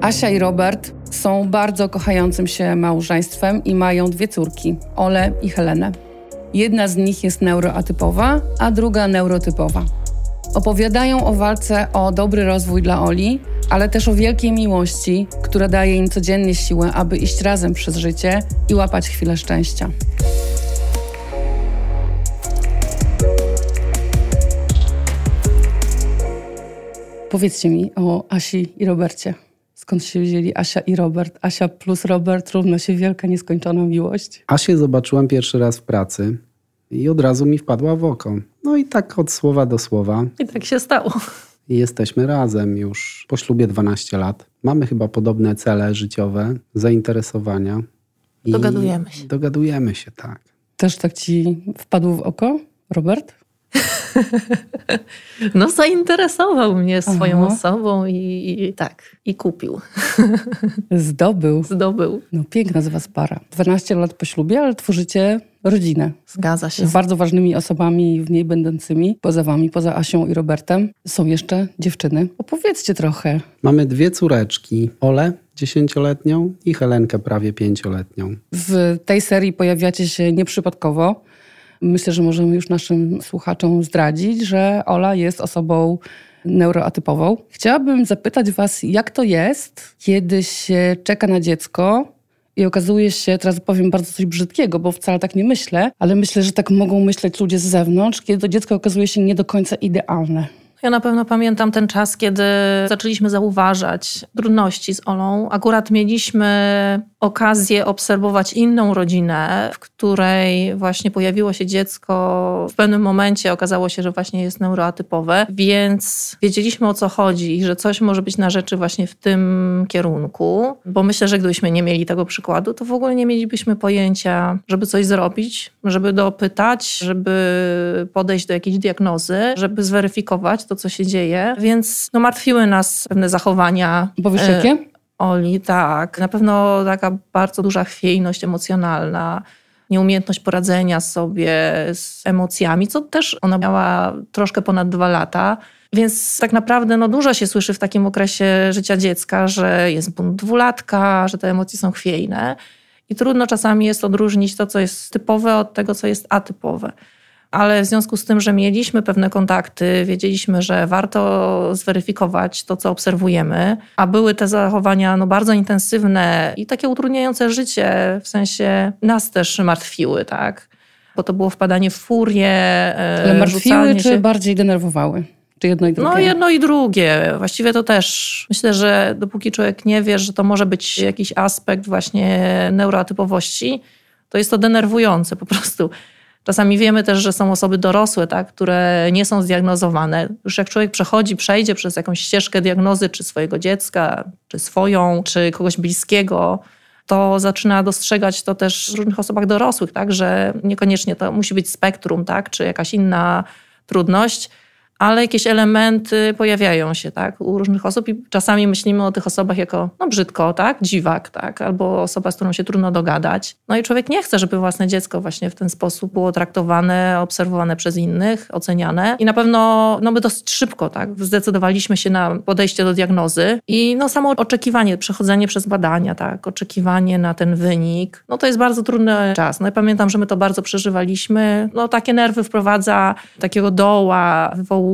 Asia i Robert są bardzo kochającym się małżeństwem i mają 2 córki, Olę i Helenę. Jedna z nich jest neuroatypowa, a druga neurotypowa. Opowiadają o walce o dobry rozwój dla Oli, ale też o wielkiej miłości, która daje im codziennie siłę, aby iść razem przez życie i łapać chwilę szczęścia. Powiedzcie mi o Asi i Robercie. Skąd się wzięli Asia i Robert? Asia plus Robert równa się wielka, nieskończona miłość. Asię zobaczyłem pierwszy raz w pracy i od razu mi wpadła w oko. No i tak od słowa do słowa. I tak się stało. I jesteśmy razem już po ślubie 12 lat. Mamy chyba podobne cele życiowe, zainteresowania. I dogadujemy się, tak. Też tak ci wpadł w oko, Robert? No zainteresował mnie swoją osobą i kupił. Zdobył. No piękna z was para. 12 lat po ślubie, ale tworzycie rodzinę. Zgadza się. Z bardzo ważnymi osobami w niej będącymi. Poza wami, poza Asią i Robertem są jeszcze dziewczyny. Opowiedzcie trochę. Mamy 2 córeczki. Olę 10-letnią i Helenkę prawie 5-letnią. W tej serii pojawiacie się nieprzypadkowo. Myślę, że możemy już naszym słuchaczom zdradzić, że Ola jest osobą neuroatypową. Chciałabym zapytać was, jak to jest, kiedy się czeka na dziecko i okazuje się, teraz powiem bardzo coś brzydkiego, bo wcale tak nie myślę, ale myślę, że tak mogą myśleć ludzie z zewnątrz, kiedy to dziecko okazuje się nie do końca idealne. Ja na pewno pamiętam ten czas, kiedy zaczęliśmy zauważać trudności z Olą. Akurat mieliśmy okazję obserwować inną rodzinę, w której właśnie pojawiło się dziecko. W pewnym momencie okazało się, że właśnie jest neuroatypowe, więc wiedzieliśmy, o co chodzi i że coś może być na rzeczy właśnie w tym kierunku. Bo myślę, że gdybyśmy nie mieli tego przykładu, to w ogóle nie mielibyśmy pojęcia, żeby coś zrobić, żeby dopytać, żeby podejść do jakiejś diagnozy, żeby zweryfikować to, co się dzieje. Więc martwiły nas pewne zachowania. Powiesz jakie? Oli, tak. Na pewno taka bardzo duża chwiejność emocjonalna, nieumiejętność poradzenia sobie z emocjami, co też ona miała troszkę ponad 2 lata. Więc tak naprawdę dużo się słyszy w takim okresie życia dziecka, że jest bunt 2-latka, że te emocje są chwiejne. I trudno czasami jest odróżnić to, co jest typowe od tego, co jest atypowe. Ale w związku z tym, że mieliśmy pewne kontakty, wiedzieliśmy, że warto zweryfikować to, co obserwujemy, a były te zachowania bardzo intensywne i takie utrudniające życie, w sensie nas też martwiły, tak? Bo to było wpadanie w furię, ale martwiły czy bardziej denerwowały? Czy jedno i drugie? Jedno i drugie. Właściwie to też myślę, że dopóki człowiek nie wie, że to może być jakiś aspekt właśnie neuroatypowości, to jest to denerwujące po prostu. Czasami wiemy też, że są osoby dorosłe, tak, które nie są zdiagnozowane. Już jak człowiek przejdzie przez jakąś ścieżkę diagnozy, czy swojego dziecka, czy swoją, czy kogoś bliskiego, to zaczyna dostrzegać to też w różnych osobach dorosłych, tak, że niekoniecznie to musi być spektrum, tak, czy jakaś inna trudność, ale jakieś elementy pojawiają się, tak, u różnych osób i czasami myślimy o tych osobach jako brzydko, tak, dziwak, tak, albo osoba, z którą się trudno dogadać. No i człowiek nie chce, żeby własne dziecko właśnie w ten sposób było traktowane, obserwowane przez innych, oceniane. I na pewno my dosyć szybko, tak, zdecydowaliśmy się na podejście do diagnozy i samo oczekiwanie, przechodzenie przez badania, tak, oczekiwanie na ten wynik, to jest bardzo trudny czas. No i pamiętam, że my to bardzo przeżywaliśmy. Takie nerwy wprowadza, takiego doła wywołuje.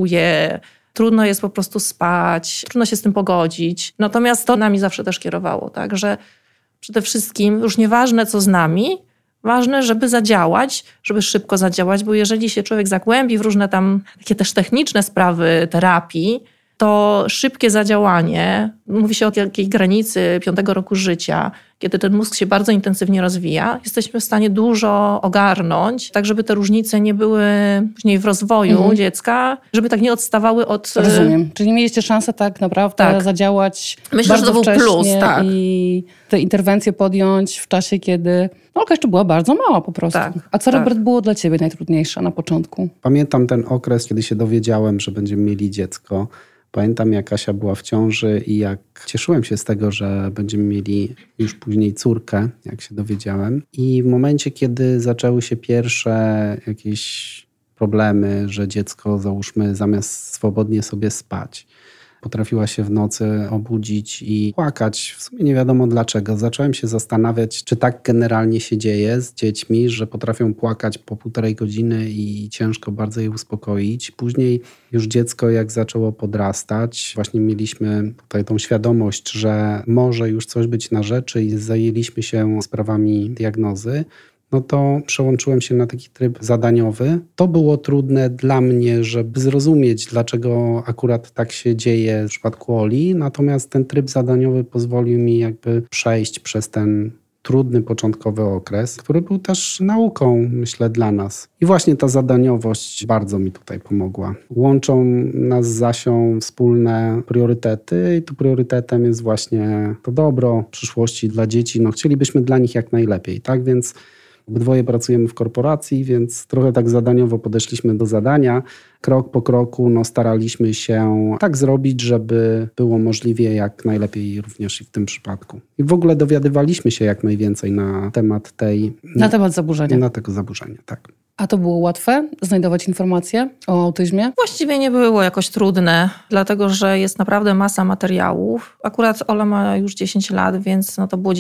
Trudno jest po prostu spać, trudno się z tym pogodzić. Natomiast to nami zawsze też kierowało, tak, że przede wszystkim już nieważne co z nami, ważne, żeby zadziałać, żeby szybko zadziałać, bo jeżeli się człowiek zagłębi w różne tam takie też techniczne sprawy terapii, to szybkie zadziałanie, mówi się o jakiej granicy 5 roku życia, kiedy ten mózg się bardzo intensywnie rozwija, jesteśmy w stanie dużo ogarnąć, tak żeby te różnice nie były później w rozwoju dziecka, żeby tak nie odstawały od... Rozumiem. Czyli mieliście szansę tak naprawdę zadziałać. Myślę, że to był plus, tak. I te interwencje podjąć w czasie, kiedy Olka jeszcze była bardzo mała po prostu. Tak, a co, Robert, było dla ciebie najtrudniejsze na początku? Pamiętam ten okres, kiedy się dowiedziałem, że będziemy mieli dziecko. Pamiętam, jak Asia była w ciąży i jak cieszyłem się z tego, że będziemy mieli już później córkę, jak się dowiedziałem. I w momencie, kiedy zaczęły się pierwsze jakieś problemy, że dziecko, załóżmy, zamiast swobodnie sobie spać, potrafiła się w nocy obudzić i płakać. W sumie nie wiadomo dlaczego. Zacząłem się zastanawiać, czy tak generalnie się dzieje z dziećmi, że potrafią płakać po 1,5 godziny i ciężko bardzo je uspokoić. Później już dziecko jak zaczęło podrastać, właśnie mieliśmy tutaj tą świadomość, że może już coś być na rzeczy i zajęliśmy się sprawami diagnozy. No to przełączyłem się na taki tryb zadaniowy. To było trudne dla mnie, żeby zrozumieć, dlaczego akurat tak się dzieje w przypadku Oli. Natomiast ten tryb zadaniowy pozwolił mi jakby przejść przez ten trudny początkowy okres, który był też nauką, myślę, dla nas. I właśnie ta zadaniowość bardzo mi tutaj pomogła. Łączą nas z Asią wspólne priorytety i tu priorytetem jest właśnie to dobro przyszłości dla dzieci. No chcielibyśmy dla nich jak najlepiej, tak? Więc obydwoje pracujemy w korporacji, więc trochę tak zadaniowo podeszliśmy do zadania. Krok po kroku staraliśmy się tak zrobić, żeby było możliwie jak najlepiej również i w tym przypadku. I w ogóle dowiadywaliśmy się jak najwięcej na temat Na temat zaburzenia. Na tego zaburzenia, tak. A to było łatwe znajdować informacje o autyzmie? Właściwie nie było jakoś trudne, dlatego że jest naprawdę masa materiałów. Akurat Ola ma już 10 lat, więc to było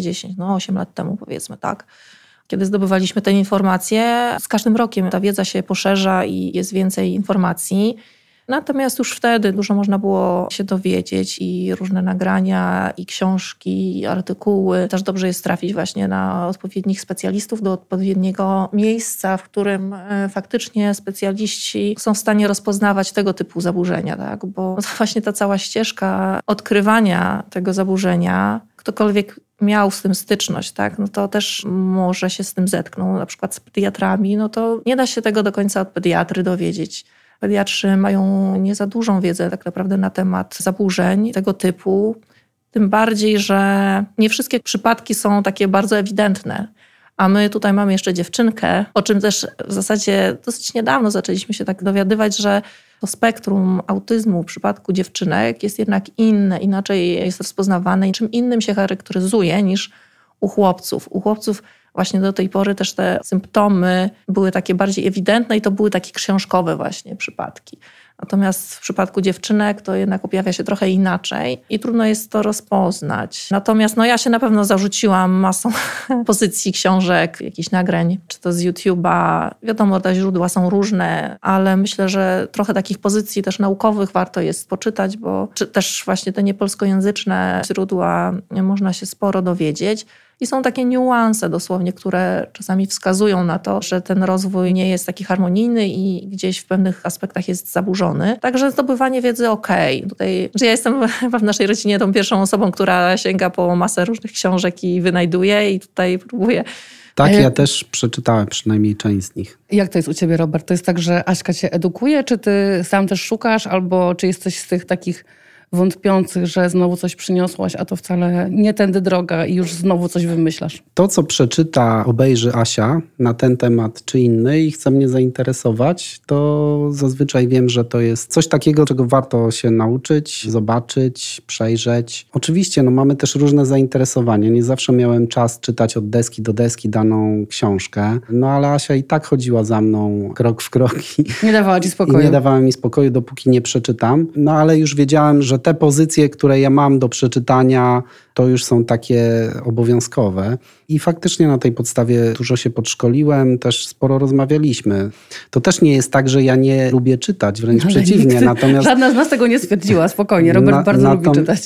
8 lat temu powiedzmy, tak. Kiedy zdobywaliśmy te informacje, z każdym rokiem ta wiedza się poszerza i jest więcej informacji. Natomiast już wtedy dużo można było się dowiedzieć i różne nagrania, i książki, i artykuły. Też dobrze jest trafić właśnie na odpowiednich specjalistów do odpowiedniego miejsca, w którym faktycznie specjaliści są w stanie rozpoznawać tego typu zaburzenia, tak? Bo to właśnie ta cała ścieżka odkrywania tego zaburzenia, ktokolwiek miał z tym styczność, tak? To też może się z tym zetknął, na przykład z pediatrami, to nie da się tego do końca od pediatry dowiedzieć. Pediatrzy mają nie za dużą wiedzę tak naprawdę na temat zaburzeń tego typu, tym bardziej, że nie wszystkie przypadki są takie bardzo ewidentne. A my tutaj mamy jeszcze dziewczynkę, o czym też w zasadzie dosyć niedawno zaczęliśmy się tak dowiadywać, że to spektrum autyzmu w przypadku dziewczynek jest jednak inne, inaczej jest rozpoznawane i czym innym się charakteryzuje niż u chłopców. U chłopców właśnie do tej pory też te symptomy były takie bardziej ewidentne i to były takie książkowe właśnie przypadki. Natomiast w przypadku dziewczynek to jednak objawia się trochę inaczej i trudno jest to rozpoznać. Natomiast ja się na pewno zarzuciłam masą pozycji książek, jakichś nagrań, czy to z YouTube'a. Wiadomo, te źródła są różne, ale myślę, że trochę takich pozycji też naukowych warto jest poczytać, bo czy też właśnie te niepolskojęzyczne źródła można się sporo dowiedzieć. I są takie niuanse dosłownie, które czasami wskazują na to, że ten rozwój nie jest taki harmonijny i gdzieś w pewnych aspektach jest zaburzony. Także zdobywanie wiedzy Tutaj, że ja jestem chyba w naszej rodzinie tą pierwszą osobą, która sięga po masę różnych książek i wynajduje i tutaj próbuje. Tak, ja też przeczytałem przynajmniej część z nich. Jak to jest u ciebie, Robert? To jest tak, że Aśka cię edukuje, czy ty sam też szukasz, albo czy jesteś z tych takich wątpiących, że znowu coś przyniosłaś, a to wcale nie tędy droga i już znowu coś wymyślasz? To, co przeczyta, obejrzy Asia na ten temat czy inny i chce mnie zainteresować, to zazwyczaj wiem, że to jest coś takiego, czego warto się nauczyć, zobaczyć, przejrzeć. Oczywiście mamy też różne zainteresowania. Nie zawsze miałem czas czytać od deski do deski daną książkę, ale Asia i tak chodziła za mną krok w krok. Nie dawała ci spokoju. I nie dawała mi spokoju, dopóki nie przeczytam. Ale już wiedziałem, że te pozycje, które ja mam do przeczytania, to już są takie obowiązkowe. I faktycznie na tej podstawie dużo się podszkoliłem, też sporo rozmawialiśmy. To też nie jest tak, że ja nie lubię czytać, wręcz przeciwnie. Żadna z nas tego nie stwierdziła, spokojnie. Robert bardzo lubi czytać.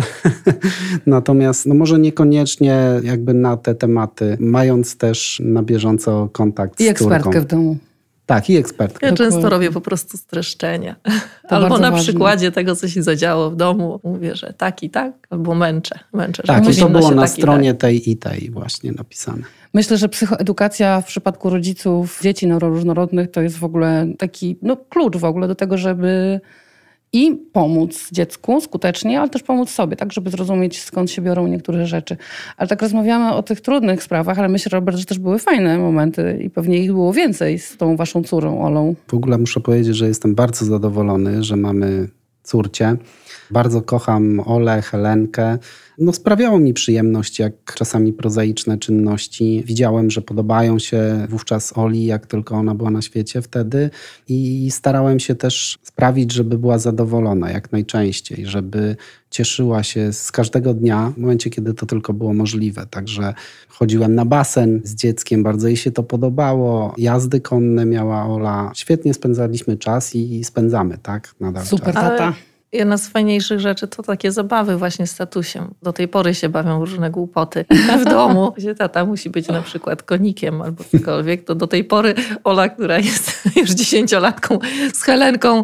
Natomiast może niekoniecznie jakby na te tematy, mając też na bieżąco kontakt z córką. I ekspertkę w domu. Tak, i ekspertkę. Ja często robię po prostu streszczenia. Albo na przykładzie tego, co się zadziało w domu, mówię, że tak i tak, albo męczę. Tak, i to było na stronie tej i tej właśnie napisane. Myślę, że psychoedukacja w przypadku rodziców dzieci neuroróżnorodnych to jest w ogóle taki klucz w ogóle do tego, żeby i pomóc dziecku skutecznie, ale też pomóc sobie, tak, żeby zrozumieć, skąd się biorą niektóre rzeczy. Ale tak rozmawiamy o tych trudnych sprawach, ale myślę, Robert, że też były fajne momenty i pewnie ich było więcej z tą waszą córą, Olą. W ogóle muszę powiedzieć, że jestem bardzo zadowolony, że mamy córcie. Bardzo kocham Olę, Helenkę. Sprawiało mi przyjemność, jak czasami prozaiczne czynności. Widziałem, że podobają się wówczas Oli, jak tylko ona była na świecie wtedy i starałem się też sprawić, żeby była zadowolona jak najczęściej, żeby cieszyła się z każdego dnia, w momencie, kiedy to tylko było możliwe. Także chodziłem na basen z dzieckiem, bardzo jej się to podobało. Jazdy konne miała Ola. Świetnie spędzaliśmy czas i spędzamy, tak? Nadal Super czas. tata. Jedna z fajniejszych rzeczy to takie zabawy właśnie z tatusiem. Do tej pory się bawią różne głupoty w domu, gdzie tata musi być na przykład konikiem albo cokolwiek. To do tej pory Ola, która jest już 10-latką z Helenką,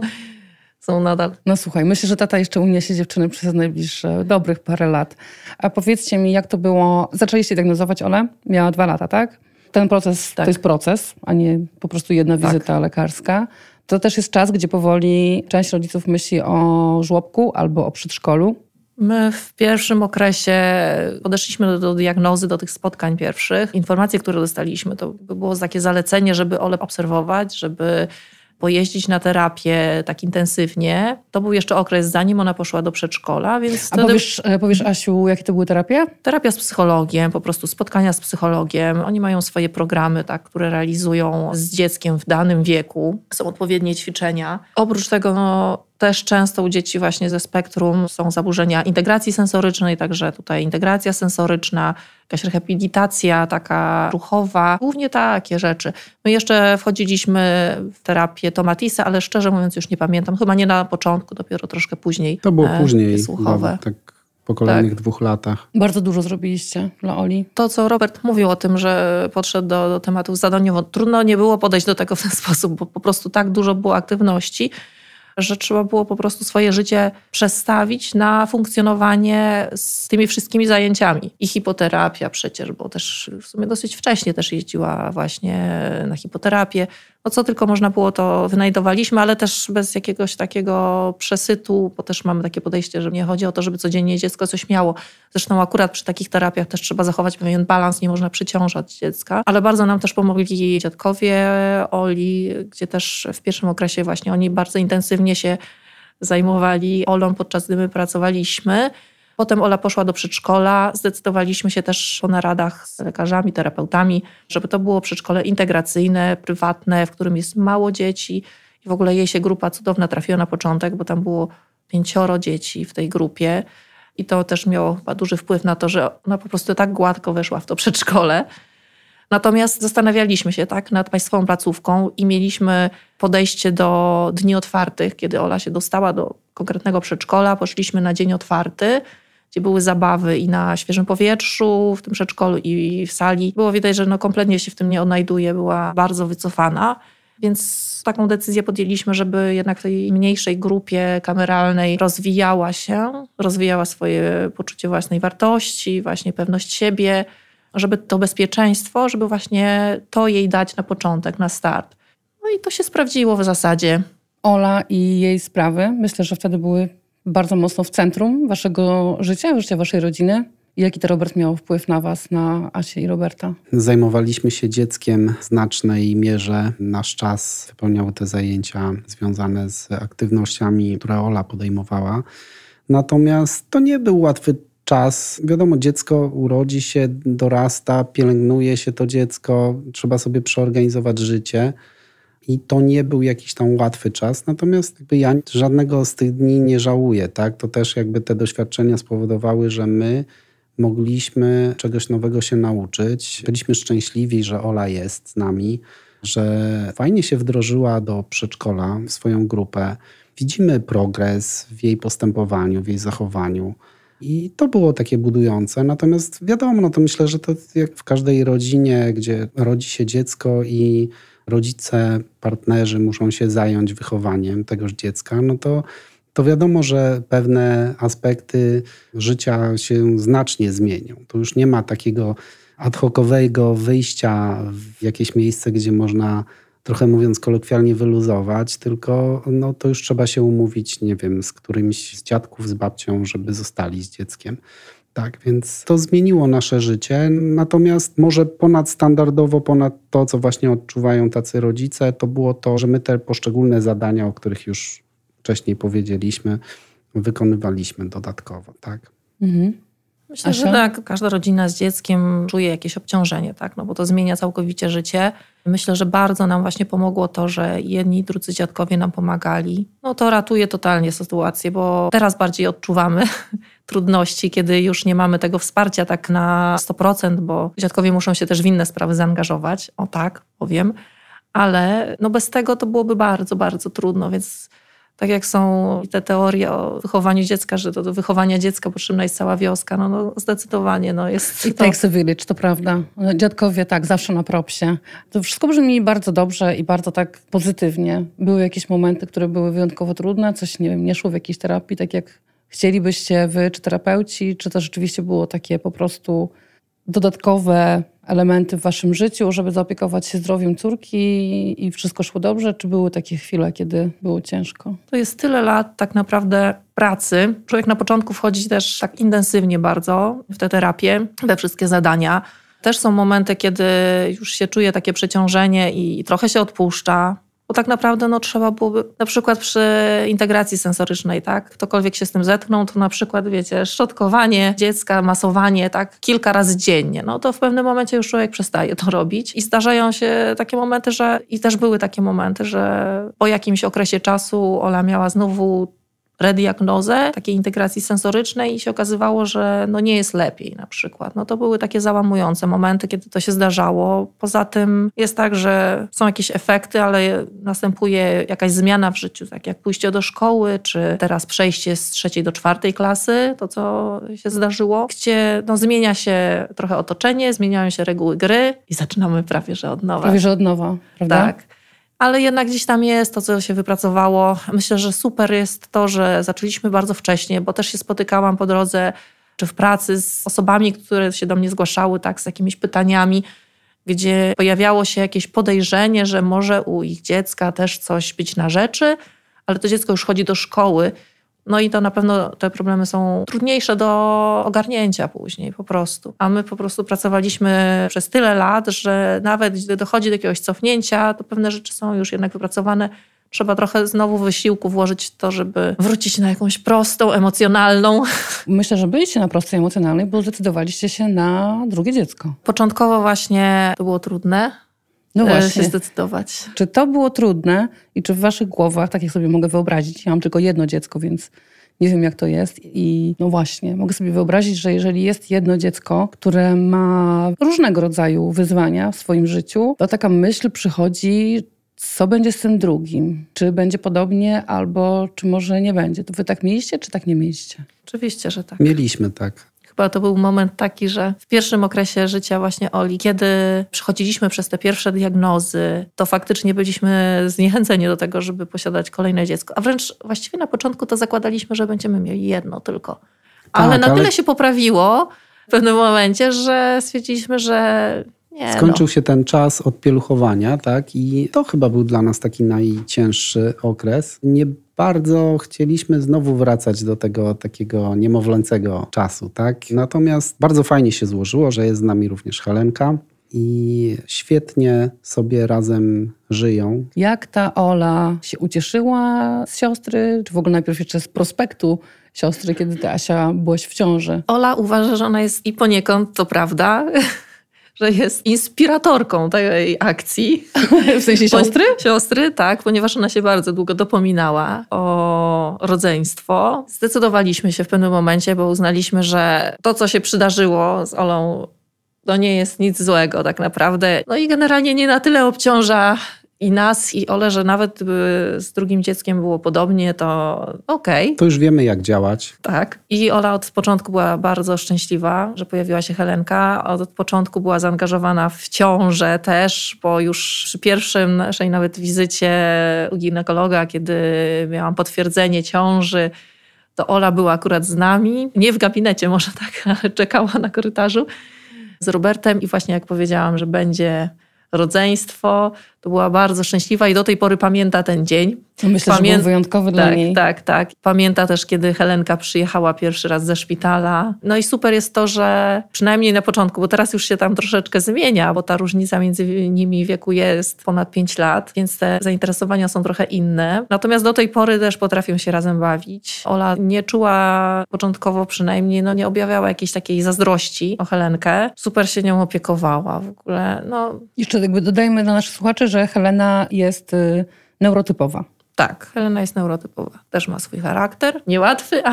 są nadal. No słuchaj, myślę, że tata jeszcze uniesie dziewczyny przez najbliższe dobrych parę lat. A powiedzcie mi, jak to było? Zaczęliście diagnozować Olę? Miała 2 lata, tak? Ten proces to jest proces, a nie po prostu jedna wizyta lekarska. To też jest czas, gdzie powoli część rodziców myśli o żłobku albo o przedszkolu. My w pierwszym okresie podeszliśmy do diagnozy, do tych spotkań pierwszych. Informacje, które dostaliśmy, to było takie zalecenie, żeby Olę obserwować, żeby pojeździć na terapię tak intensywnie. To był jeszcze okres, zanim ona poszła do przedszkola, więc A powiesz, Asiu, jakie to były terapie? Terapia z psychologiem, po prostu spotkania z psychologiem. Oni mają swoje programy, tak, które realizują z dzieckiem w danym wieku. Są odpowiednie ćwiczenia. Oprócz tego też często u dzieci właśnie ze spektrum są zaburzenia integracji sensorycznej, także tutaj integracja sensoryczna, jakaś rehabilitacja taka ruchowa, głównie takie rzeczy. My jeszcze wchodziliśmy w terapię Tomatisa, ale szczerze mówiąc już nie pamiętam, chyba nie na początku, dopiero troszkę później. To było później, słuchowe. tak po kolejnych 2 latach. Bardzo dużo zrobiliście dla Oli. To, co Robert mówił o tym, że podszedł do tematów zadaniowo, trudno nie było podejść do tego w ten sposób, bo po prostu tak dużo było aktywności, że trzeba było po prostu swoje życie przestawić na funkcjonowanie z tymi wszystkimi zajęciami. I hipoterapia przecież, bo też w sumie dosyć wcześnie też jeździła właśnie na hipoterapię. No co tylko można było, to wynajdowaliśmy, ale też bez jakiegoś takiego przesytu, bo też mamy takie podejście, że nie chodzi o to, żeby codziennie dziecko coś miało. Zresztą akurat przy takich terapiach też trzeba zachować pewien balans, nie można przyciążać dziecka. Ale bardzo nam też pomogli dziadkowie Oli, gdzie też w pierwszym okresie właśnie oni bardzo intensywnie się zajmowali Olą, podczas gdy my pracowaliśmy. Potem Ola poszła do przedszkola. Zdecydowaliśmy się też po naradach z lekarzami, terapeutami, żeby to było przedszkole integracyjne, prywatne, w którym jest mało dzieci. I w ogóle jej się grupa cudowna trafiła na początek, bo tam było 5 dzieci w tej grupie. I to też miało chyba duży wpływ na to, że ona po prostu tak gładko weszła w to przedszkole. Natomiast zastanawialiśmy się tak nad państwową placówką i mieliśmy podejście do dni otwartych, kiedy Ola się dostała do konkretnego przedszkola. Poszliśmy na dzień otwarty, gdzie były zabawy i na świeżym powietrzu w tym przedszkolu i w sali. Było widać, że kompletnie się w tym nie odnajduje, była bardzo wycofana. Więc taką decyzję podjęliśmy, żeby jednak w tej mniejszej grupie kameralnej rozwijała swoje poczucie własnej wartości, właśnie pewność siebie, żeby to bezpieczeństwo, żeby właśnie to jej dać na początek, na start. No i to się sprawdziło w zasadzie. Ola i jej sprawy, myślę, że wtedy były bardzo mocno w centrum waszego życia waszej rodziny. I jaki to, Robert, miał wpływ na was, na Asię i Roberta? Zajmowaliśmy się dzieckiem w znacznej mierze. Nasz czas wypełniały te zajęcia związane z aktywnościami, które Ola podejmowała. Natomiast to nie był łatwy czas. Wiadomo, dziecko urodzi się, dorasta, pielęgnuje się to dziecko, trzeba sobie przeorganizować życie. I to nie był jakiś tam łatwy czas. Natomiast ja żadnego z tych dni nie żałuję. Tak? To też te doświadczenia spowodowały, że my mogliśmy czegoś nowego się nauczyć. Byliśmy szczęśliwi, że Ola jest z nami, że fajnie się wdrożyła do przedszkola w swoją grupę. Widzimy progres w jej postępowaniu, w jej zachowaniu. I to było takie budujące. Natomiast wiadomo, to myślę, że to jak w każdej rodzinie, gdzie rodzi się dziecko i rodzice, partnerzy muszą się zająć wychowaniem tegoż dziecka, to wiadomo, że pewne aspekty życia się znacznie zmienią. Tu już nie ma takiego ad hocowego wyjścia w jakieś miejsce, gdzie można, trochę mówiąc kolokwialnie, wyluzować, tylko to już trzeba się umówić, nie wiem, z którymś z dziadków, z babcią, żeby zostali z dzieckiem. Tak, więc to zmieniło nasze życie. Natomiast może ponadstandardowo, ponad to, co właśnie odczuwają tacy rodzice, to było to, że my te poszczególne zadania, o których już wcześniej powiedzieliśmy, wykonywaliśmy dodatkowo, tak? Myślę, że tak, każda rodzina z dzieckiem czuje jakieś obciążenie, tak? No bo to zmienia całkowicie życie. Myślę, że bardzo nam właśnie pomogło to, że jedni i drudzy dziadkowie nam pomagali. No to ratuje totalnie sytuację, bo teraz bardziej odczuwamy trudności, kiedy już nie mamy tego wsparcia tak na 100%, bo dziadkowie muszą się też w inne sprawy zaangażować, o tak powiem, ale no bez tego to byłoby bardzo, bardzo trudno, więc tak jak są te teorie o wychowaniu dziecka, że do wychowania dziecka potrzebna jest cała wioska, no zdecydowanie jest It takes a village, to prawda. Dziadkowie tak, zawsze na propsie. To wszystko brzmi bardzo dobrze i bardzo tak pozytywnie. Były jakieś momenty, które były wyjątkowo trudne, coś, nie wiem, nie szło w jakiejś terapii, tak jak chcielibyście wy, czy terapeuci, czy to rzeczywiście było takie po prostu dodatkowe elementy w waszym życiu, żeby zaopiekować się zdrowiem córki i wszystko szło dobrze? Czy były takie chwile, kiedy było ciężko? To jest tyle lat tak naprawdę pracy. Człowiek na początku wchodzi też tak intensywnie bardzo w tę terapię, we wszystkie zadania. Też są momenty, kiedy już się czuje takie przeciążenie i trochę się odpuszcza. Bo tak naprawdę trzeba byłoby, na przykład przy integracji sensorycznej, tak? Ktokolwiek się z tym zetknął, to na przykład, wiecie, szczotkowanie dziecka, masowanie, tak? Kilka razy dziennie. No to w pewnym momencie już człowiek przestaje to robić. I zdarzają się takie momenty, i też były takie momenty, że po jakimś okresie czasu Ola miała znowu rediagnozę takiej integracji sensorycznej i się okazywało, że nie jest lepiej na przykład. To były takie załamujące momenty, kiedy to się zdarzało. Poza tym jest tak, że są jakieś efekty, ale następuje jakaś zmiana w życiu, tak jak pójście do szkoły, czy teraz przejście z 3. do 4. klasy, to co się zdarzyło, gdzie zmienia się trochę otoczenie, zmieniają się reguły gry i zaczynamy prawie że od nowa. Prawie że od nowa, prawda? Tak. Ale jednak gdzieś tam jest to, co się wypracowało. Myślę, że super jest to, że zaczęliśmy bardzo wcześnie, bo też się spotykałam po drodze czy w pracy z osobami, które się do mnie zgłaszały tak, z jakimiś pytaniami, gdzie pojawiało się jakieś podejrzenie, że może u ich dziecka też coś być na rzeczy, ale to dziecko już chodzi do szkoły. I to na pewno te problemy są trudniejsze do ogarnięcia później po prostu. A my po prostu pracowaliśmy przez tyle lat, że nawet gdy dochodzi do jakiegoś cofnięcia, to pewne rzeczy są już jednak wypracowane. Trzeba trochę znowu wysiłku włożyć w to, żeby wrócić na jakąś prostą, emocjonalną. Myślę, że byliście na prostej emocjonalnej, bo zdecydowaliście się na drugie dziecko. Początkowo właśnie to było trudne. No właśnie. Się zdecydować. Czy to było trudne i czy w waszych głowach, tak jak sobie mogę wyobrazić, ja mam tylko jedno dziecko, więc nie wiem jak to jest i właśnie, mogę sobie wyobrazić, że jeżeli jest jedno dziecko, które ma różnego rodzaju wyzwania w swoim życiu, to taka myśl przychodzi, co będzie z tym drugim? Czy będzie podobnie albo czy może nie będzie? To wy tak mieliście, czy tak nie mieliście? Oczywiście, że tak. Mieliśmy tak. Chyba to był moment taki, że w pierwszym okresie życia właśnie Oli, kiedy przechodziliśmy przez te pierwsze diagnozy, to faktycznie byliśmy zniechęceni do tego, żeby posiadać kolejne dziecko. A wręcz właściwie na początku to zakładaliśmy, że będziemy mieli jedno tylko. Ale na tyle się poprawiło w pewnym momencie, że stwierdziliśmy, że nie. Skończył się ten czas odpieluchowania, tak? I to chyba był dla nas taki najcięższy okres. Nie bardzo chcieliśmy znowu wracać do tego takiego niemowlęcego czasu, tak? Natomiast bardzo fajnie się złożyło, że jest z nami również Helenka i świetnie sobie razem żyją. Jak ta Ola się ucieszyła z siostry? Czy w ogóle najpierw jeszcze z prospektu siostry, kiedy ty, Asia, byłaś w ciąży? Ola uważa, że ona jest i poniekąd, to prawda, że jest inspiratorką tej akcji. W sensie siostry? Siostry, tak, ponieważ ona się bardzo długo dopominała o rodzeństwo. Zdecydowaliśmy się w pewnym momencie, bo uznaliśmy, że to, co się przydarzyło z Olą, to nie jest nic złego tak naprawdę. I generalnie nie na tyle obciąża i nas, i Olę, że nawet gdyby z drugim dzieckiem było podobnie, to okej. To już wiemy, jak działać. Tak. I Ola od początku była bardzo szczęśliwa, że pojawiła się Helenka. Od początku była zaangażowana w ciążę też, bo już przy pierwszym naszej nawet wizycie u ginekologa, kiedy miałam potwierdzenie ciąży, to Ola była akurat z nami. Nie w gabinecie może tak, ale czekała na korytarzu z Robertem i właśnie jak powiedziałam, że będzie rodzeństwo. To była bardzo szczęśliwa i do tej pory pamięta ten dzień. Myślę, że był wyjątkowy dla niej. Tak. Pamięta też, kiedy Helenka przyjechała pierwszy raz ze szpitala. No i super jest to, że przynajmniej na początku, bo teraz już się tam troszeczkę zmienia, bo ta różnica między nimi wieku jest ponad 5 lat, więc te zainteresowania są trochę inne. Natomiast do tej pory też potrafią się razem bawić. Ola nie czuła początkowo przynajmniej, nie objawiała jakiejś takiej zazdrości o Helenkę. Super się nią opiekowała w ogóle. Jeszcze dodajmy dla naszych słuchaczy, że Helena jest neurotypowa. Tak, Helena jest neurotypowa. Też ma swój charakter. Niełatwy,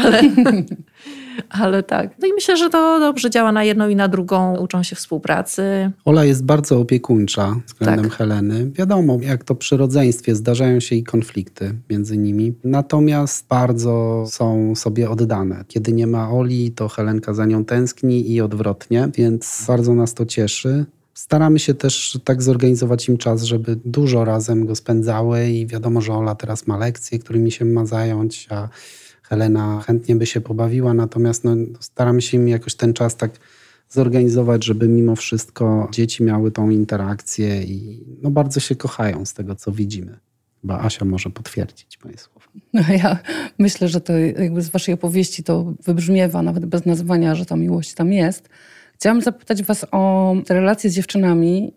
ale tak. No i myślę, że to dobrze działa na jedną i na drugą. Uczą się współpracy. Ola jest bardzo opiekuńcza względem Heleny. Wiadomo, jak to przy rodzeństwie zdarzają się i konflikty między nimi. Natomiast bardzo są sobie oddane. Kiedy nie ma Oli, to Helenka za nią tęskni i odwrotnie, więc bardzo nas to cieszy. Staramy się też tak zorganizować im czas, żeby dużo razem go spędzały i wiadomo, że Ola teraz ma lekcje, którymi się ma zająć, a Helena chętnie by się pobawiła, natomiast staramy się im jakoś ten czas tak zorganizować, żeby mimo wszystko dzieci miały tą interakcję i bardzo się kochają z tego, co widzimy. Chyba Asia może potwierdzić moje słowa. Ja myślę, że to jakby z waszej opowieści to wybrzmiewa, nawet bez nazwania, że ta miłość tam jest. Chciałam zapytać was o relacje z dziewczynami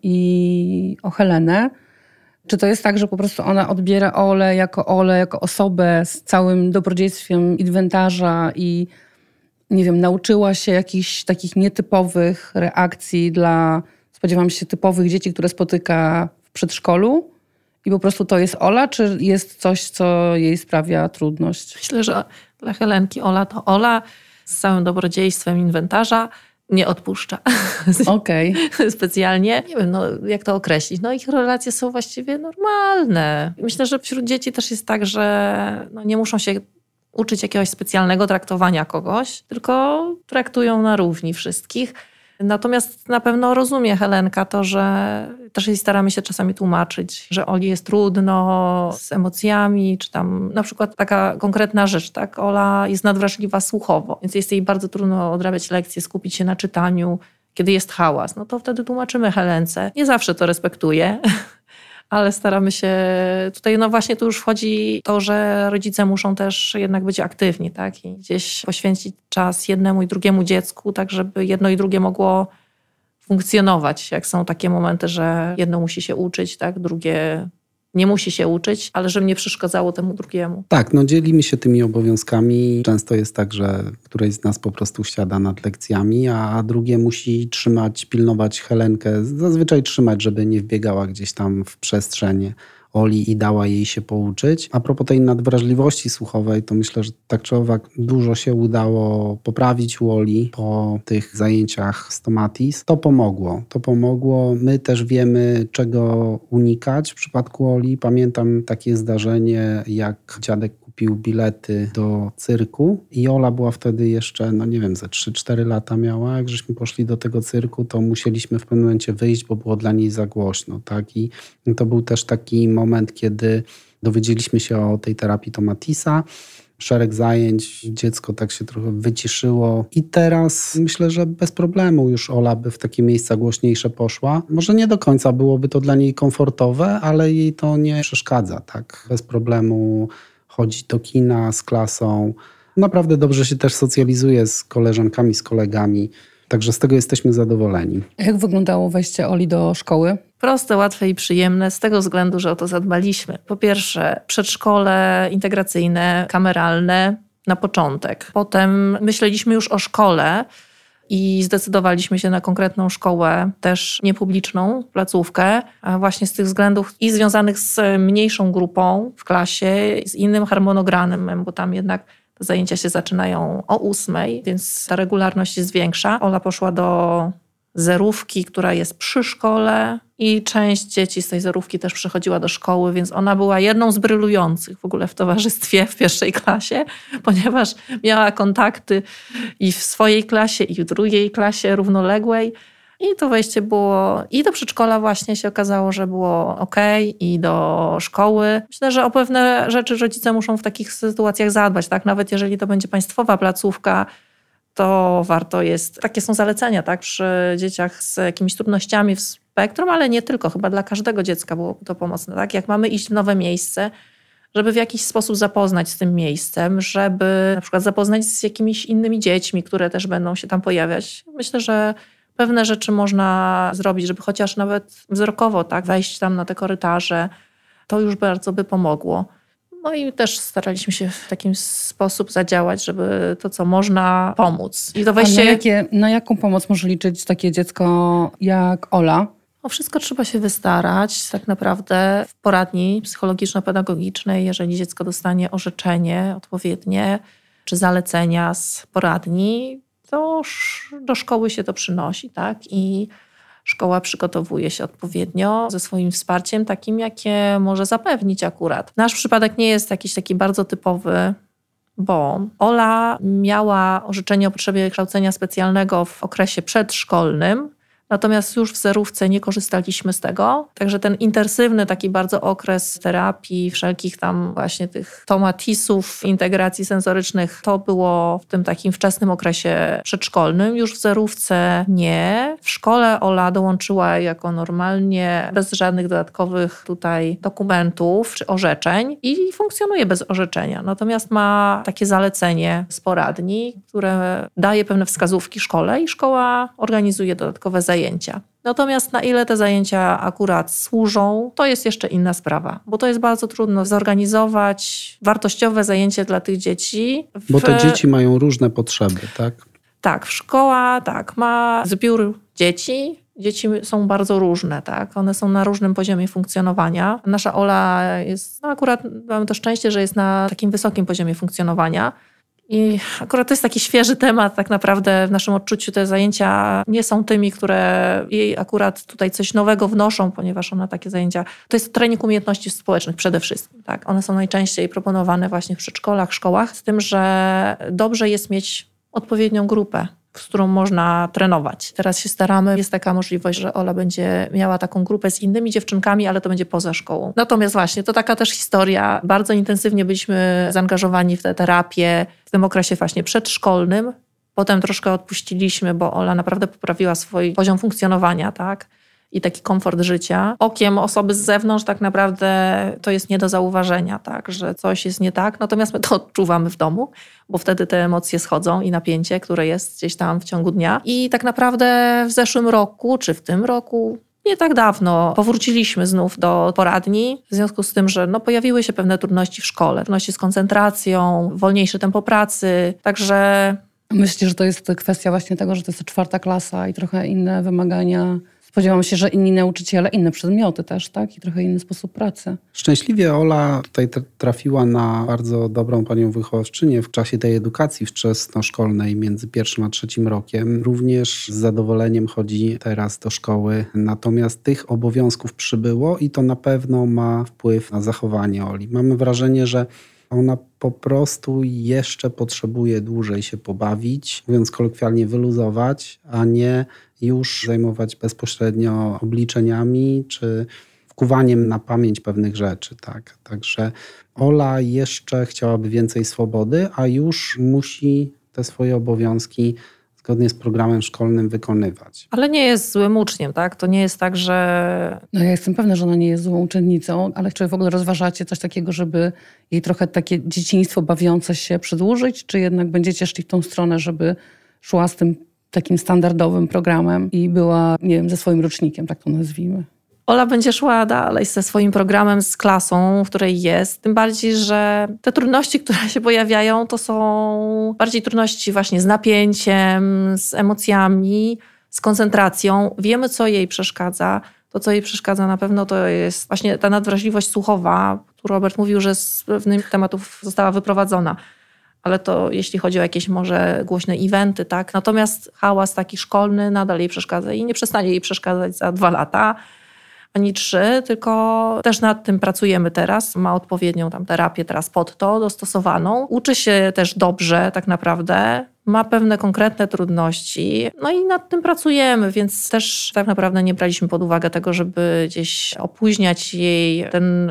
i o Helenę. Czy to jest tak, że po prostu ona odbiera Olę, jako osobę z całym dobrodziejstwem inwentarza i nie wiem, nauczyła się jakichś takich nietypowych reakcji dla, spodziewam się, typowych dzieci, które spotyka w przedszkolu i po prostu to jest Ola, czy jest coś, co jej sprawia trudność? Myślę, że dla Helenki Ola to Ola z całym dobrodziejstwem inwentarza. Nie odpuszcza. Okej. Specjalnie. Nie wiem, jak to określić. Ich relacje są właściwie normalne. Myślę, że wśród dzieci też jest tak, że nie muszą się uczyć jakiegoś specjalnego traktowania kogoś, tylko traktują na równi wszystkich. Natomiast na pewno rozumie Helenka to, że też jej staramy się czasami tłumaczyć, że Oli jest trudno z emocjami, czy tam na przykład taka konkretna rzecz, tak? Ola jest nadwrażliwa słuchowo, więc jest jej bardzo trudno odrabiać lekcje, skupić się na czytaniu, kiedy jest hałas. To wtedy tłumaczymy Helence. Nie zawsze to respektuje, ale staramy się tutaj, właśnie tu już wchodzi to, że rodzice muszą też jednak być aktywni, tak? I gdzieś poświęcić czas jednemu i drugiemu dziecku, tak żeby jedno i drugie mogło funkcjonować. Jak są takie momenty, że jedno musi się uczyć, tak? Drugie nie musi się uczyć, ale żeby nie przeszkadzało temu drugiemu. Tak, dzielimy się tymi obowiązkami. Często jest tak, że któreś z nas po prostu siada nad lekcjami, a drugie musi pilnować Helenkę. Zazwyczaj trzymać, żeby nie wbiegała gdzieś tam w przestrzeń Oli i dała jej się pouczyć. A propos tej nadwrażliwości słuchowej, to myślę, że tak czy owak dużo się udało poprawić u Oli po tych zajęciach z Tomatis. To pomogło. My też wiemy, czego unikać w przypadku Oli. Pamiętam takie zdarzenie, jak dziadek kupił bilety do cyrku i Ola była wtedy jeszcze, ze 3-4 lata miała. Jak żeśmy poszli do tego cyrku, to musieliśmy w pewnym momencie wyjść, bo było dla niej za głośno. Tak? I to był też taki moment, kiedy dowiedzieliśmy się o tej terapii Tomatisa. Szereg zajęć, dziecko tak się trochę wyciszyło i teraz myślę, że bez problemu już Ola by w takie miejsca głośniejsze poszła. Może nie do końca byłoby to dla niej komfortowe, ale jej to nie przeszkadza. Tak? Bez problemu chodzi do kina z klasą. Naprawdę dobrze się też socjalizuje z koleżankami, z kolegami. Także z tego jesteśmy zadowoleni. Jak wyglądało wejście Oli do szkoły? Proste, łatwe i przyjemne z tego względu, że o to zadbaliśmy. Po pierwsze, przedszkole integracyjne, kameralne na początek. Potem myśleliśmy już o szkole i zdecydowaliśmy się na konkretną szkołę, też niepubliczną, placówkę, a właśnie z tych względów i związanych z mniejszą grupą w klasie, z innym harmonogramem, bo tam jednak te zajęcia się zaczynają o 8:00, więc ta regularność jest większa. Ola poszła do zerówki, która jest przy szkole i część dzieci z tej zerówki też przychodziła do szkoły, więc ona była jedną z brylujących w ogóle w towarzystwie w pierwszej klasie, ponieważ miała kontakty i w swojej klasie, i w drugiej klasie równoległej. I to wejście było i do przedszkola właśnie się okazało, że było okej, i do szkoły. Myślę, że o pewne rzeczy rodzice muszą w takich sytuacjach zadbać, tak? Nawet jeżeli to będzie państwowa placówka, to warto jest, takie są zalecenia, tak? Przy dzieciach z jakimiś trudnościami w spektrum, ale nie tylko, chyba dla każdego dziecka byłoby to pomocne. Tak? Jak mamy iść w nowe miejsce, żeby w jakiś sposób zapoznać z tym miejscem, żeby na przykład zapoznać z jakimiś innymi dziećmi, które też będą się tam pojawiać. Myślę, że pewne rzeczy można zrobić, żeby chociaż nawet wzrokowo tak, wejść tam na te korytarze. To już bardzo by pomogło. No i też staraliśmy się w taki sposób zadziałać, żeby to, co można, pomóc. I to wejście... Na jaką pomoc może liczyć takie dziecko jak Ola? O wszystko trzeba się wystarać tak naprawdę w poradni psychologiczno-pedagogicznej, jeżeli dziecko dostanie orzeczenie odpowiednie czy zalecenia z poradni, to do szkoły się to przynosi, tak? I szkoła przygotowuje się odpowiednio ze swoim wsparciem, takim jakie może zapewnić akurat. Nasz przypadek nie jest jakiś taki bardzo typowy, bo Ola miała orzeczenie o potrzebie kształcenia specjalnego w okresie przedszkolnym, natomiast już w zerówce nie korzystaliśmy z tego. Także ten intensywny taki bardzo okres terapii, wszelkich tam właśnie tych tomatisów, integracji sensorycznych, to było w tym takim wczesnym okresie przedszkolnym. Już w zerówce nie. W szkole Ola dołączyła jako normalnie, bez żadnych dodatkowych tutaj dokumentów czy orzeczeń i funkcjonuje bez orzeczenia. Natomiast ma takie zalecenie z poradni, które daje pewne wskazówki szkole i szkoła organizuje dodatkowe zajęcia. Natomiast na ile te zajęcia akurat służą, to jest jeszcze inna sprawa, bo to jest bardzo trudno zorganizować wartościowe zajęcie dla tych dzieci. Bo te dzieci mają różne potrzeby, tak? Tak, szkoła ma zbiór dzieci. Dzieci są bardzo różne, tak? One są na różnym poziomie funkcjonowania. Nasza Ola jest, akurat mamy to szczęście, że jest na takim wysokim poziomie funkcjonowania. I akurat to jest taki świeży temat, tak naprawdę w naszym odczuciu te zajęcia nie są tymi, które jej akurat tutaj coś nowego wnoszą, ponieważ one takie zajęcia, to jest trening umiejętności społecznych przede wszystkim. Tak? One są najczęściej proponowane właśnie w przedszkolach, szkołach, z tym, że dobrze jest mieć odpowiednią grupę, z którą można trenować. Teraz się staramy, jest taka możliwość, że Ola będzie miała taką grupę z innymi dziewczynkami, ale to będzie poza szkołą. Natomiast właśnie, to taka też historia. Bardzo intensywnie byliśmy zaangażowani w tę terapię w tym okresie właśnie przedszkolnym. Potem troszkę odpuściliśmy, bo Ola naprawdę poprawiła swój poziom funkcjonowania, tak? I taki komfort życia. Okiem osoby z zewnątrz tak naprawdę to jest nie do zauważenia, tak, że coś jest nie tak. Natomiast my to odczuwamy w domu, bo wtedy te emocje schodzą i napięcie, które jest gdzieś tam w ciągu dnia. I tak naprawdę w zeszłym roku, czy w tym roku, nie tak dawno, powróciliśmy znów do poradni w związku z tym, że pojawiły się pewne trudności w szkole. Trudności z koncentracją, wolniejsze tempo pracy, także... Myślicie, że to jest kwestia właśnie tego, że to jest 4. klasa i trochę inne wymagania? Spodziewam się, że inni nauczyciele, inne przedmioty też, tak? I trochę inny sposób pracy. Szczęśliwie Ola tutaj trafiła na bardzo dobrą panią wychowawczynię w czasie tej edukacji wczesnoszkolnej między 1. a 3. rokiem. Również z zadowoleniem chodzi teraz do szkoły. Natomiast tych obowiązków przybyło i to na pewno ma wpływ na zachowanie Oli. Mamy wrażenie, że ona po prostu jeszcze potrzebuje dłużej się pobawić, mówiąc kolokwialnie wyluzować, a nie już zajmować bezpośrednio obliczeniami czy wkuwaniem na pamięć pewnych rzeczy. Tak? Także Ola jeszcze chciałaby więcej swobody, a już musi te swoje obowiązki zgodnie z programem szkolnym wykonywać. Ale nie jest złym uczniem, tak? To nie jest tak, że... Ja jestem pewna, że ona nie jest złą uczennicą, ale czy w ogóle rozważacie coś takiego, żeby jej trochę takie dzieciństwo bawiące się przedłużyć, czy jednak będziecie szli w tą stronę, żeby szła z tym takim standardowym programem i była, nie wiem, ze swoim rocznikiem, tak to nazwijmy? Ola będzie szła dalej ze swoim programem, z klasą, w której jest. Tym bardziej, że te trudności, które się pojawiają, to są bardziej trudności właśnie z napięciem, z emocjami, z koncentracją. Wiemy, co jej przeszkadza. To, co jej przeszkadza na pewno, to jest właśnie ta nadwrażliwość słuchowa, którą Robert mówił, że z pewnych tematów została wyprowadzona. Ale to jeśli chodzi o jakieś może głośne eventy, tak. Natomiast hałas taki szkolny nadal jej przeszkadza i nie przestanie jej przeszkadzać za 2 lata. Ani 3, tylko też nad tym pracujemy teraz. Ma odpowiednią tam terapię teraz pod to dostosowaną. Uczy się też dobrze tak naprawdę. ma pewne konkretne trudności, no i nad tym pracujemy, więc też tak naprawdę nie braliśmy pod uwagę tego, żeby gdzieś opóźniać jej ten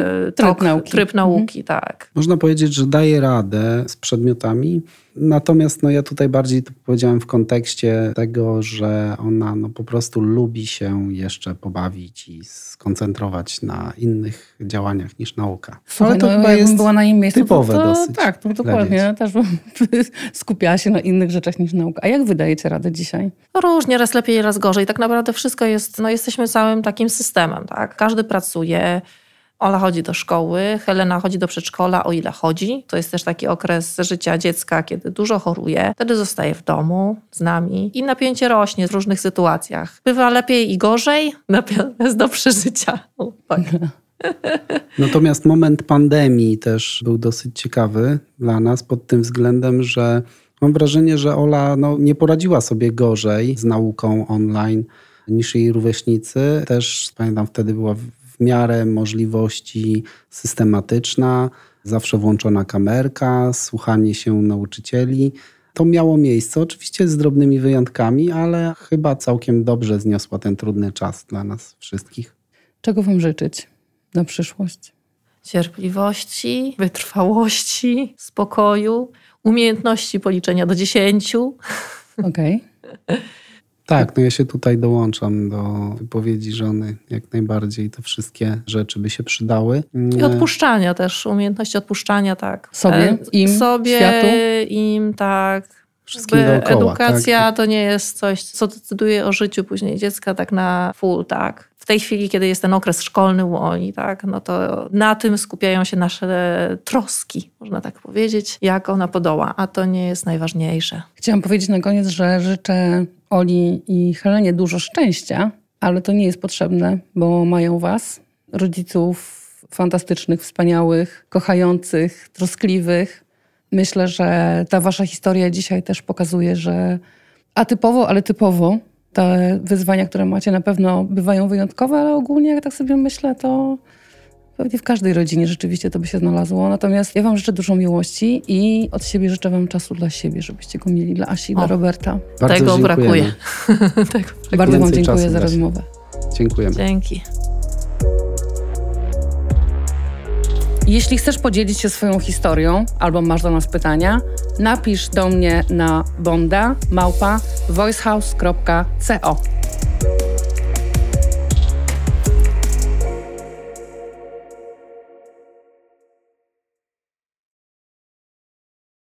tryb nauki. Tak. Można powiedzieć, że daje radę z przedmiotami, natomiast ja tutaj bardziej to powiedziałem w kontekście tego, że ona po prostu lubi się jeszcze pobawić i skoncentrować na innych działaniach niż nauka. Słuchaj, ale to chyba jest była na jej miejscu, typowe dosyć. Tak, to dokładnie. Też bym skupiała się na innych rzeczach niż nauka. A jak wy dajecie radę dzisiaj? Różnie, raz lepiej, raz gorzej. Tak naprawdę wszystko jest, jesteśmy całym takim systemem, tak? Każdy pracuje. Ola chodzi do szkoły, Helena chodzi do przedszkola, o ile chodzi. To jest też taki okres życia dziecka, kiedy dużo choruje. Wtedy zostaje w domu z nami i napięcie rośnie w różnych sytuacjach. Bywa lepiej i gorzej, natomiast do przeżycia. Tak. Natomiast moment pandemii też był dosyć ciekawy dla nas pod tym względem, że mam wrażenie, że Ola nie poradziła sobie gorzej z nauką online niż jej rówieśnicy. Też pamiętam, wtedy była w miarę możliwości systematyczna, zawsze włączona kamerka, słuchanie się nauczycieli. To miało miejsce, oczywiście z drobnymi wyjątkami, ale chyba całkiem dobrze zniosła ten trudny czas dla nas wszystkich. Czego wam życzyć na przyszłość? Cierpliwości, wytrwałości, spokoju, umiejętności policzenia do 10. Okej. Tak, ja się tutaj dołączam do wypowiedzi żony. Jak najbardziej te wszystkie rzeczy by się przydały. I odpuszczania też, umiejętności odpuszczania, tak. Sobie, światu. Im, tak. Wszystkim dookoła. Edukacja tak. To nie jest coś, co decyduje o życiu później dziecka tak na full, tak. W tej chwili, kiedy jest ten okres szkolny u Oli, tak, to na tym skupiają się nasze troski, można tak powiedzieć, jak ona podoła, a to nie jest najważniejsze. Chciałam powiedzieć na koniec, że życzę Oli i Helenie dużo szczęścia, ale to nie jest potrzebne, bo mają was, rodziców fantastycznych, wspaniałych, kochających, troskliwych. Myślę, że ta wasza historia dzisiaj też pokazuje, że atypowo, ale typowo te wyzwania, które macie, na pewno bywają wyjątkowe, ale ogólnie jak tak sobie myślę, to pewnie w każdej rodzinie rzeczywiście to by się znalazło. Natomiast ja wam życzę dużo miłości i od siebie życzę wam czasu dla siebie, żebyście go mieli, dla Asi i dla Roberta. Tego brakuje. Bardzo wam dziękuję za rozmowę. Dziękujemy. Dzięki. Jeśli chcesz podzielić się swoją historią albo masz do nas pytania, napisz do mnie na bonda@voicehouse.co.